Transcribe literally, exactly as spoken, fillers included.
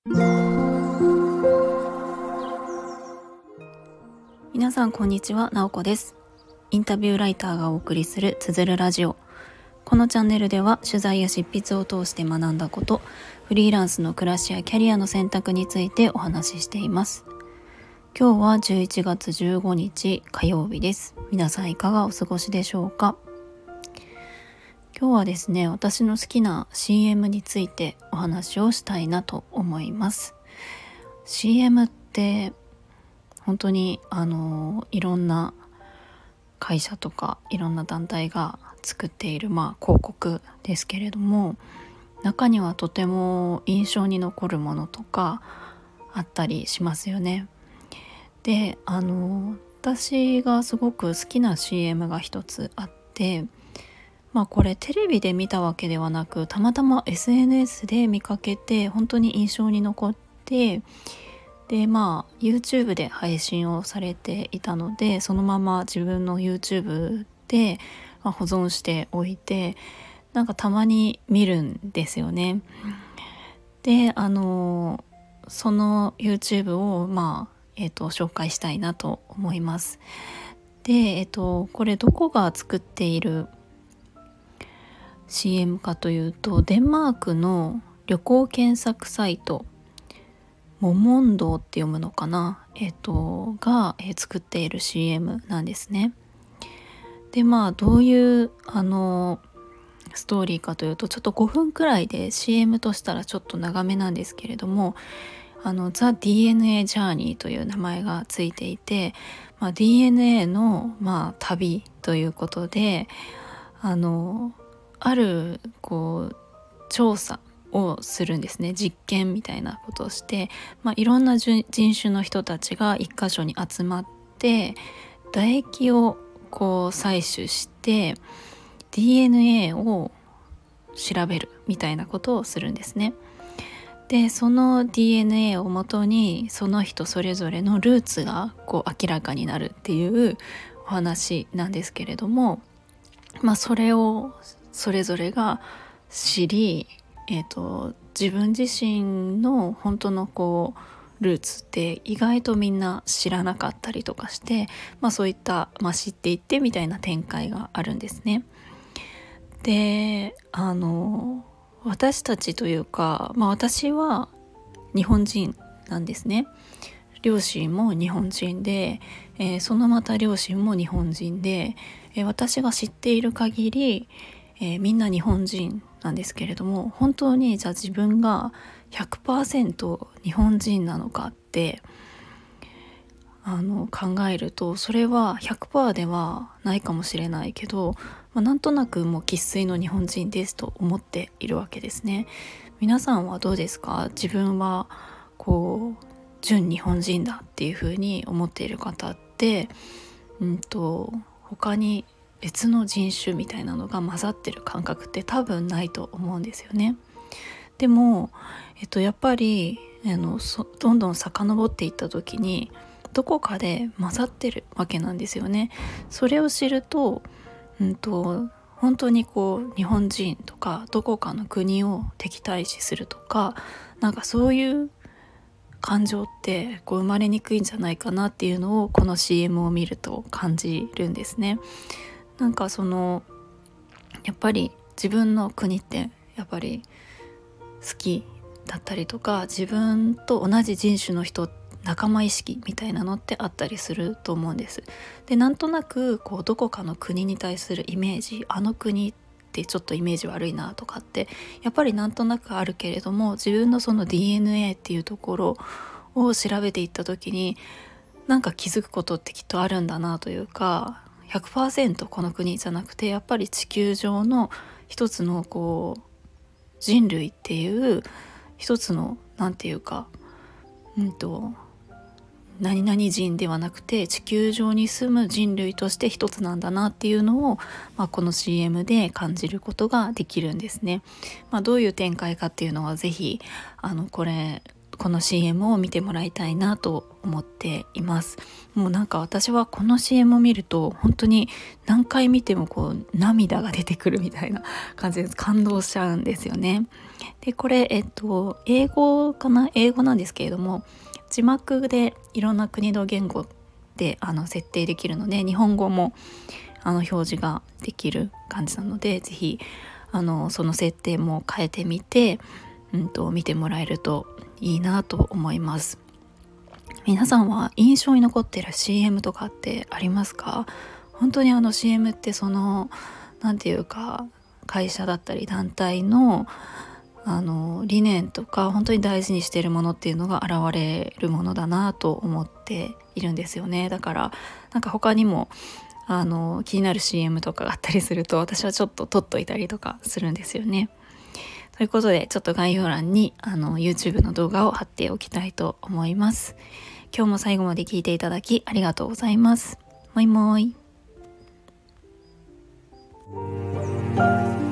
皆さんこんにちは、なおこです。インタビューライターがお送りするつづるラジオ。このチャンネルでは取材や執筆を通して学んだこと、フリーランスの暮らしやキャリアの選択についてお話ししています。今日はじゅういちがつじゅうごにち火曜日です。皆さんいかがお過ごしでしょうか。今日はですね、私の好きな シーエム についてお話をしたいなと思います。 シーエム って本当にあのいろんな会社とかいろんな団体が作っている、まあ、広告ですけれども、中にはとても印象に残るものとかあったりしますよね。で、あの私がすごく好きな シーエム が一つあって、まあこれテレビで見たわけではなく、たまたま エスエヌエス で見かけて本当に印象に残って、でまあ YouTube で配信をされていたので、そのまま自分の YouTube で保存しておいて、なんかたまに見るんですよね。であのその YouTube をまあえっと紹介したいなと思います。でえっとこれどこが作っている シーエム かというと、デンマークの旅行検索サイトモモンドって読むのかな、えっとが、えー作っている シーエム なんですね。でまあどういうあのストーリーかというと、ちょっとごふんくらいで シーエム としたらちょっと長めなんですけれども、あのザ・ ディーエヌエー ジャーニーという名前がついていて、まあ、ディーエヌエー の、まあ、旅ということで、あのあるこう調査をするんですね。実験みたいなことをして、まあ、いろんな人種の人たちが一箇所に集まって唾液をこう採取して ディーエヌエー を調べるみたいなことをするんですね。でその ディーエヌエー をもとにその人それぞれのルーツがこう明らかになるっていうお話なんですけれども、まあそれをそれぞれが知り、えーと、自分自身の本当のこうルーツって意外とみんな知らなかったりとかして、まあ、そういった、まあ、知っていってみたいな展開があるんですね。であの私たちというか、まあ、私は日本人なんですね。両親も日本人で、えー、そのまた両親も日本人で、えー、私が知っている限り、えー、みんな日本人なんですけれども、本当にじゃあ自分が ひゃくパーセント 日本人なのかってあの考えると、それは ひゃくパーセント ではないかもしれないけど、まあ、なんとなくもう生粋の日本人ですと思っているわけですね。皆さんはどうですか？自分はこう純日本人だっていうふうに思っている方って、うんと他に別の人種みたいなのが混ざってる感覚って多分ないと思うんですよね。でも、えっと、やっぱりあのそどんどん遡っていった時にどこかで混ざってるわけなんですよね。それを知ると、うんと本当にこう日本人とかどこかの国を敵対視するとか、なんかそういう感情ってこう生まれにくいんじゃないかなっていうのをこの シーエム を見ると感じるんですね。なんかそのやっぱり自分の国ってやっぱり好きだったりとか、自分と同じ人種の人、仲間意識みたいなのってあったりすると思うんです。でなんとなくこうどこかの国に対するイメージ、あの国ってちょっとイメージ悪いなとかってやっぱりなんとなくあるけれども、自分のその ディーエヌエー っていうところを調べていった時になんか気づくことってきっとあるんだなというか、 ひゃくパーセント この国じゃなくて、やっぱり地球上の一つのこう人類っていう一つのなんていうか、うんと何々人ではなくて地球上に住む人類として一つなんだなっていうのを、まあ、この シーエム で感じることができるんですね。まあ、どういう展開かっていうのはぜひあのこれこの シーエム を見てもらいたいなと思っています。もうなんか私はこの シーエム を見ると本当に何回見てもこう涙が出てくるみたいな感じで感動しちゃうんですよね。でこれえっと英語かな英語なんですけれども、字幕でいろんな国の言語であの設定できるので、日本語もあの表示ができる感じなので、ぜひあのその設定も変えてみて、うんと見てもらえるといいなと思います。皆さんは印象に残っている シーエム とかってありますか？本当にあの シーエム ってそのなんていうか会社だったり団体のあの理念とか本当に大事にしているものっていうのが現れるものだなと思っているんですよね。だからなんか他にもあの気になる シーエム とかがあったりすると、私はちょっと撮っといたりとかするんですよね。ということでちょっと概要欄にあの YouTube の動画を貼っておきたいと思います。今日も最後まで聞いていただきありがとうございます。もいもい。